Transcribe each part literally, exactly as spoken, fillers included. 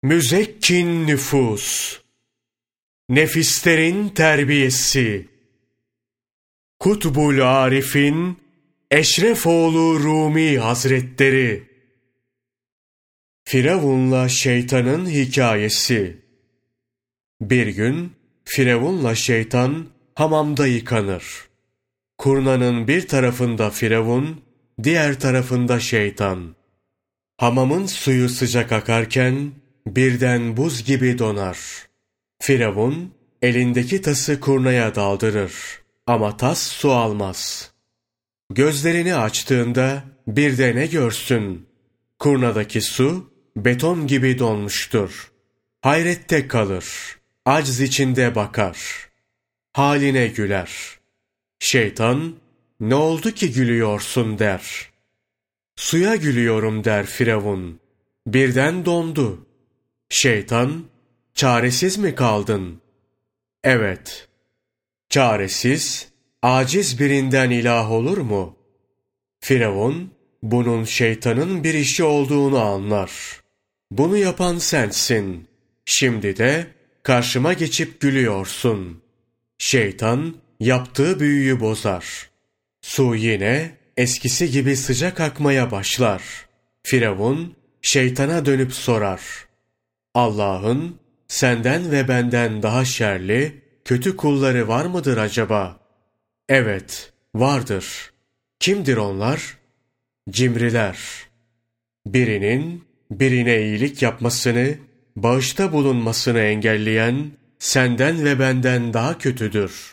Müzekkin nüfus, nefislerin terbiyesi, Kutbul Arif'in Eşrefoğlu Rumi Hazretleri. Firavun'la şeytanın hikayesi. Bir gün Firavun'la şeytan hamamda yıkanır. Kurnanın bir tarafında Firavun, diğer tarafında şeytan. Hamamın suyu sıcak akarken birden buz gibi donar. Firavun elindeki tası kurnaya daldırır ama tas su almaz. Gözlerini açtığında bir de ne görsün? Kurnadaki su beton gibi donmuştur. Hayrette kalır, acz içinde bakar. Haline güler. Şeytan, "Ne oldu ki gülüyorsun?" der. "Suya gülüyorum." der Firavun. Birden dondu. Şeytan, "Çaresiz mi kaldın?" "Evet." "Çaresiz, aciz birinden ilah olur mu?" Firavun, bunun şeytanın bir işi olduğunu anlar. "Bunu yapan sensin. Şimdi de karşıma geçip gülüyorsun." Şeytan, yaptığı büyüyü bozar. Su yine eskisi gibi sıcak akmaya başlar. Firavun, şeytana dönüp sorar: "Allah'ın senden ve benden daha şerli, kötü kulları var mıdır acaba?" "Evet, vardır." "Kimdir onlar?" "Cimriler." Birinin birine iyilik yapmasını, bağışta bulunmasını engelleyen senden ve benden daha kötüdür.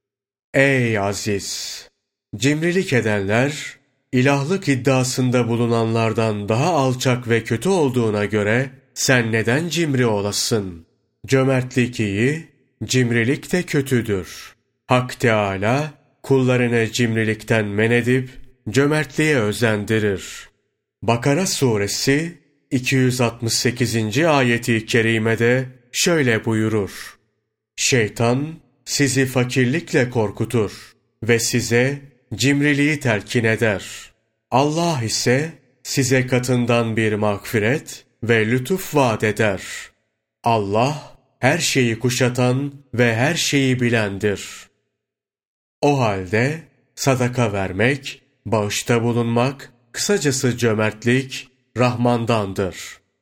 Ey aziz! Cimrilik edenler, ilahlık iddiasında bulunanlardan daha alçak ve kötü olduğuna göre sen neden cimri olasın? Cömertlik iyi, cimrilik de kötüdür. Hak Teâlâ kullarını cimrilikten men edip cömertliğe özendirir. Bakara suresi iki yüz altmış sekizinci ayeti kerimede şöyle buyurur: "Şeytan sizi fakirlikle korkutur ve size cimriliği telkin eder. Allah ise size katından bir mağfiret ve lütuf vaat eder. Allah her şeyi kuşatan ve her şeyi bilendir." O halde sadaka vermek, bağışta bulunmak, kısacası cömertlik Rahman'dandır.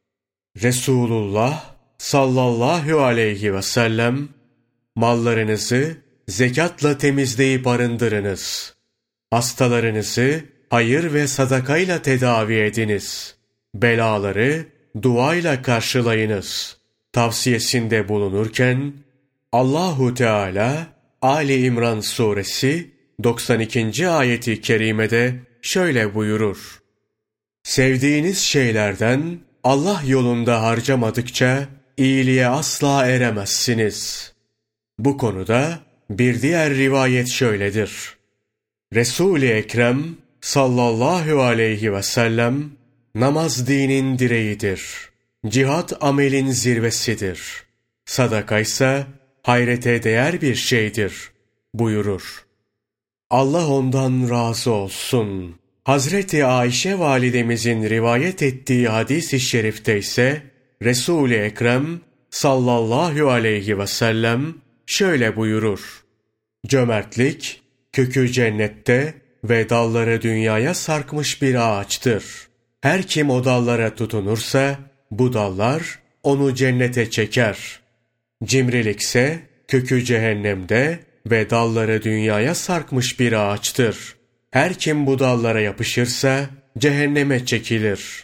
Resulullah sallallahu aleyhi ve sellem, "Mallarınızı zekatla temizleyip arındırınız. Hastalarınızı hayır ve sadakayla tedavi ediniz. Belaları duayla karşılayınız." tavsiyesinde bulunurken, Allahu Teala Ali İmran suresi doksan ikinci ayeti kerimede şöyle buyurur: "Sevdiğiniz şeylerden Allah yolunda harcamadıkça iyiliğe asla eremezsiniz." Bu konuda bir diğer rivayet şöyledir: Resul-i Ekrem sallallahu aleyhi ve sellem, "Namaz dinin direğidir. Cihat amelin zirvesidir. Sadaka ise hayrete değer bir şeydir." buyurur. Allah ondan razı olsun. Hazreti Ayşe validemizin rivayet ettiği hadis-i şerifte ise Resul-i Ekrem sallallahu aleyhi ve sellem şöyle buyurur: "Cömertlik kökü cennette ve dalları dünyaya sarkmış bir ağaçtır. Her kim o dallara tutunursa bu dallar onu cennete çeker. Cimrilikse kökü cehennemde ve dalları dünyaya sarkmış bir ağaçtır. Her kim bu dallara yapışırsa cehenneme çekilir."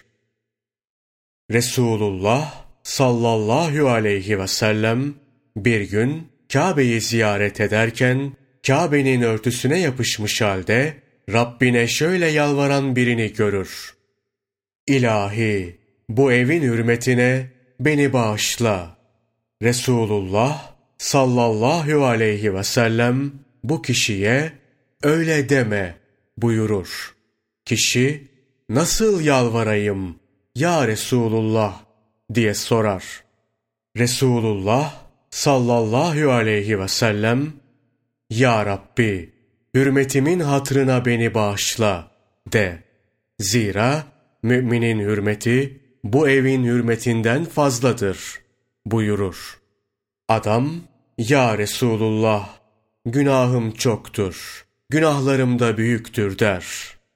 Resulullah sallallahu aleyhi ve sellem bir gün Kabe'yi ziyaret ederken Kabe'nin örtüsüne yapışmış halde Rabbine şöyle yalvaran birini görür: "İlahi, bu evin hürmetine beni bağışla." Resulullah sallallahu aleyhi ve sellem bu kişiye "Öyle deme." buyurur. Kişi, "Nasıl yalvarayım ya Resulullah?" diye sorar. Resulullah sallallahu aleyhi ve sellem, "Ya Rabbi, hürmetimin hatırına beni bağışla." de. Zira müminin hürmeti bu evin hürmetinden fazladır buyurur. Adam, ya Resulullah, günahım çoktur, günahlarım da büyüktür der.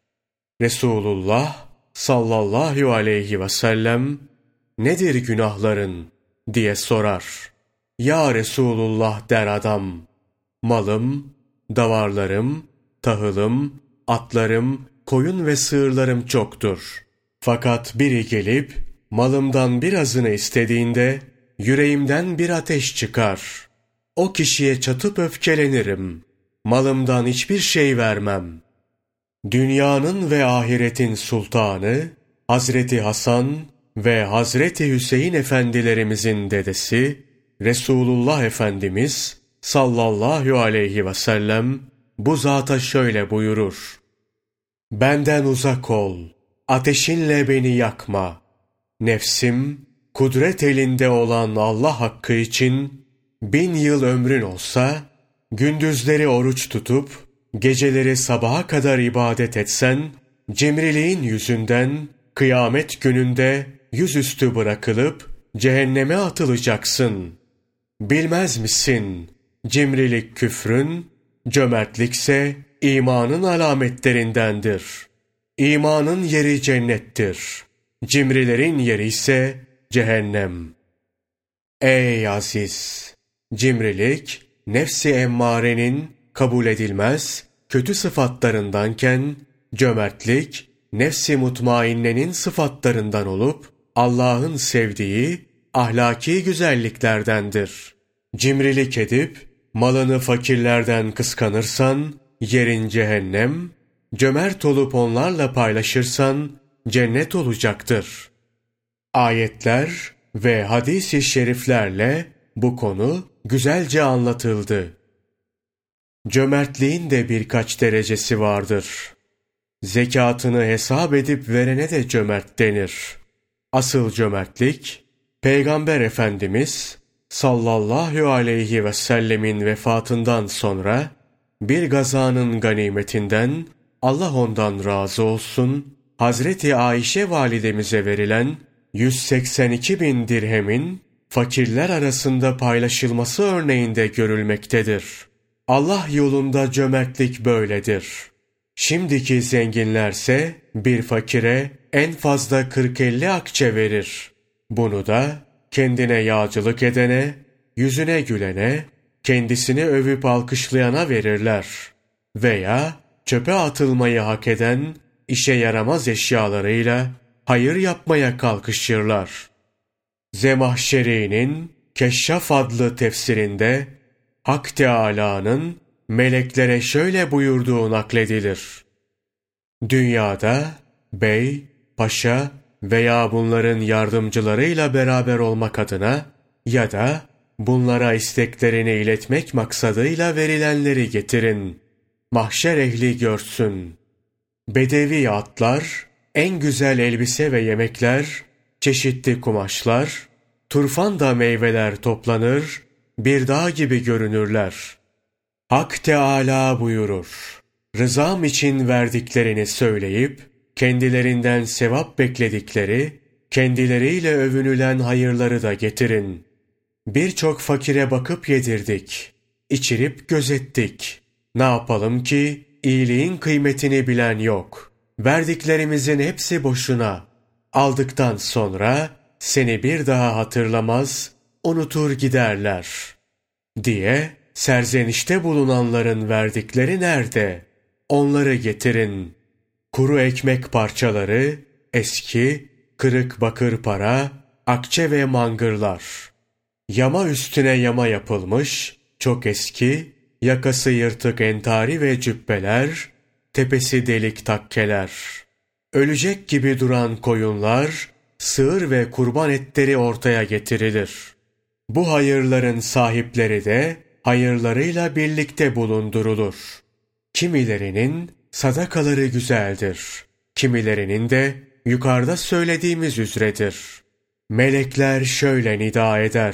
Resulullah sallallahu aleyhi ve sellem, nedir günahların diye sorar. Ya Resulullah der adam, malım, davarlarım, tahılım, atlarım, koyun ve sığırlarım çoktur. Fakat biri gelip malımdan birazını istediğinde yüreğimden bir ateş çıkar. O kişiye çatıp öfkelenirim. Malımdan hiçbir şey vermem. Dünyanın ve ahiretin sultanı Hazreti Hasan ve Hazreti Hüseyin efendilerimizin dedesi Resulullah Efendimiz sallallahu aleyhi ve sellem bu zata şöyle buyurur. Benden uzak ol, ateşinle beni yakma. Nefsim, kudret elinde olan Allah hakkı için bin yıl ömrün olsa, gündüzleri oruç tutup, geceleri sabaha kadar ibadet etsen, cimriliğin yüzünden kıyamet gününde yüzüstü bırakılıp cehenneme atılacaksın. Bilmez misin? Cimrilik küfrün, cömertlikse imanın alametlerindendir. İmanın yeri cennettir. Cimrilerin yeri ise cehennem. Ey aziz! Cimrilik, nefsi emmarenin kabul edilmez kötü sıfatlarındanken, cömertlik, nefsi mutmainnenin sıfatlarından olup, Allah'ın sevdiği ahlaki güzelliklerdendir. Cimrilik edip, malını fakirlerden kıskanırsan, yerin cehennem, cömert olup onlarla paylaşırsan, cennet olacaktır. Ayetler ve hadis-i şeriflerle bu konu güzelce anlatıldı. Cömertliğin de birkaç derecesi vardır. Zekatını hesap edip verene de cömert denir. Asıl cömertlik, Peygamber Efendimiz sallallahu aleyhi ve sellemin vefatından sonra bir gazanın ganimetinden, Allah ondan razı olsun, Hazreti Ayşe validemize verilen yüz seksen iki bin dirhemin fakirler arasında paylaşılması örneğinde görülmektedir. Allah yolunda cömertlik böyledir. Şimdiki zenginlerse bir fakire en fazla kırk elli akçe verir. Bunu da kendine yağcılık edene, yüzüne gülene, kendisini övüp alkışlayana verirler. Veya çöpe atılmayı hak eden, işe yaramaz eşyalarıyla hayır yapmaya kalkışırlar. Zemahşeri'nin Keşşaf adlı tefsirinde Hak Teâlâ'nın meleklere şöyle buyurduğu nakledilir. Dünyada bey, paşa veya bunların yardımcılarıyla beraber olmak adına ya da bunlara isteklerini iletmek maksadıyla verilenleri getirin. Mahşer ehli görsün. Bedevi atlar, en güzel elbise ve yemekler, çeşitli kumaşlar, turfanda meyveler toplanır, bir dağ gibi görünürler. Hak Teâlâ buyurur, rızam için verdiklerini söyleyip, kendilerinden sevap bekledikleri, kendileriyle övünülen hayırları da getirin. Birçok fakire bakıp yedirdik, içirip gözettik. Ne yapalım ki, iyiliğin kıymetini bilen yok. Verdiklerimizin hepsi boşuna. Aldıktan sonra seni bir daha hatırlamaz, unutur giderler. Diye serzenişte bulunanların verdikleri nerede? Onları getirin. Kuru ekmek parçaları, eski, kırık bakır para, akçe ve mangırlar. Yama üstüne yama yapılmış, çok eski, yakası yırtık entari ve cübbeler, tepesi delik takkeler. Ölecek gibi duran koyunlar, sığır ve kurban etleri ortaya getirilir. Bu hayırların sahipleri de hayırlarıyla birlikte bulundurulur. Kimilerinin sadakaları güzeldir. Kimilerinin de yukarıda söylediğimiz üzredir. Melekler şöyle nida eder.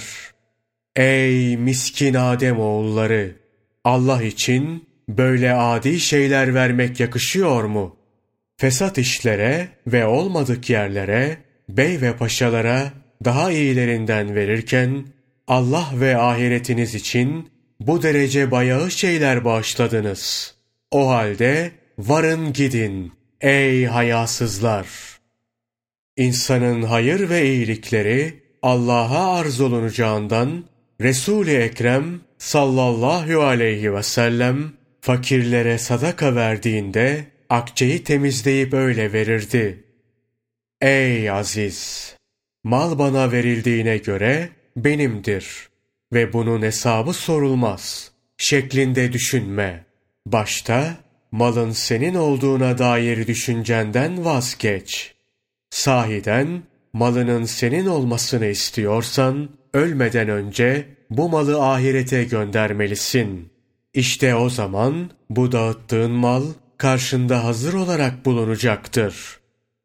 Ey miskin Adem oğulları! Allah için böyle adi şeyler vermek yakışıyor mu? Fesat işlere ve olmadık yerlere bey ve paşalara daha iyilerinden verirken, Allah ve ahiretiniz için bu derece bayağı şeyler bağışladınız. O halde varın gidin ey hayasızlar. İnsanın hayır ve iyilikleri Allah'a arz olunacağından Resul-i Ekrem sallallahu aleyhi ve sellem fakirlere sadaka verdiğinde akçeyi temizleyip öyle verirdi. Ey aziz! Mal bana verildiğine göre benimdir ve bunun hesabı sorulmaz şeklinde düşünme. Başta malın senin olduğuna dair düşüncenden vazgeç. Sahiden malının senin olmasını istiyorsan ölmeden önce bu malı ahirete göndermelisin. İşte o zaman bu dağıttığın mal karşında hazır olarak bulunacaktır.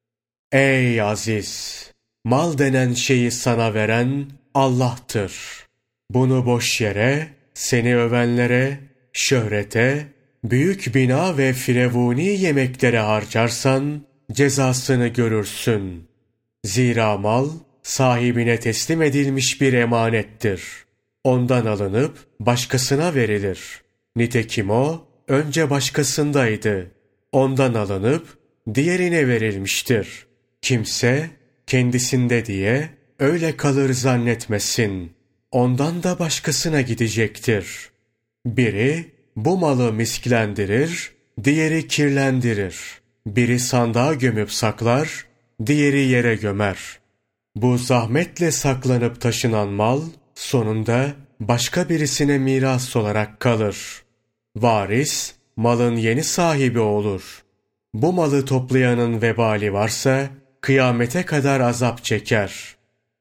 Ey aziz! Mal denen şeyi sana veren Allah'tır. Bunu boş yere, seni övenlere, şöhrete, büyük bina ve firavuni yemeklere harcarsan cezasını görürsün. Zira mal sahibine teslim edilmiş bir emanettir. Ondan alınıp başkasına verilir. Nitekim o önce başkasındaydı. Ondan alınıp diğerine verilmiştir. Kimse kendisinde diye öyle kalır zannetmesin. Ondan da başkasına gidecektir. Biri bu malı misklendirir, diğeri kirlendirir. Biri sandığa gömüp saklar, diğeri yere gömer. Bu zahmetle saklanıp taşınan mal sonunda başka birisine miras olarak kalır. Varis malın yeni sahibi olur. Bu malı toplayanın vebali varsa kıyamete kadar azap çeker.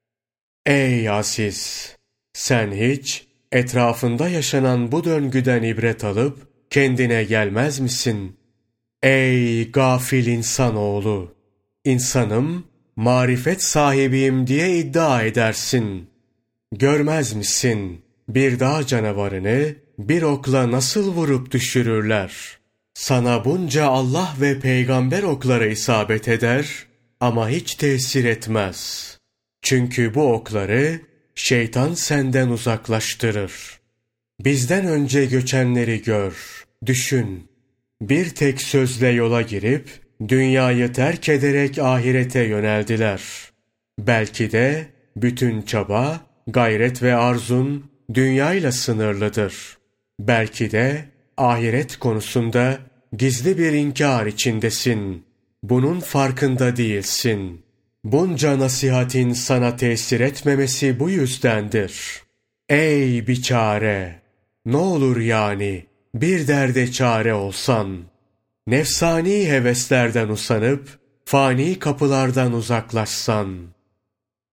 Ey aziz! Sen hiç etrafında yaşanan bu döngüden ibret alıp kendine gelmez misin? Ey gafil insanoğlu! İnsanım, marifet sahibiyim diye iddia edersin. Görmez misin? Bir dağ canavarını bir okla nasıl vurup düşürürler? Sana bunca Allah ve peygamber okları isabet eder ama hiç tesir etmez. Çünkü bu okları şeytan senden uzaklaştırır. Bizden önce göçenleri gör, düşün. Bir tek sözle yola girip dünyayı terk ederek ahirete yöneldiler. Belki de bütün çaba, gayret ve arzun dünyayla sınırlıdır. Belki de ahiret konusunda gizli bir inkar içindesin. Bunun farkında değilsin. Bunca nasihatin sana tesir etmemesi bu yüzdendir. Ey biçare! Ne olur yani bir derde çare olsan. Nefsani heveslerden usanıp fani kapılardan uzaklaşsan.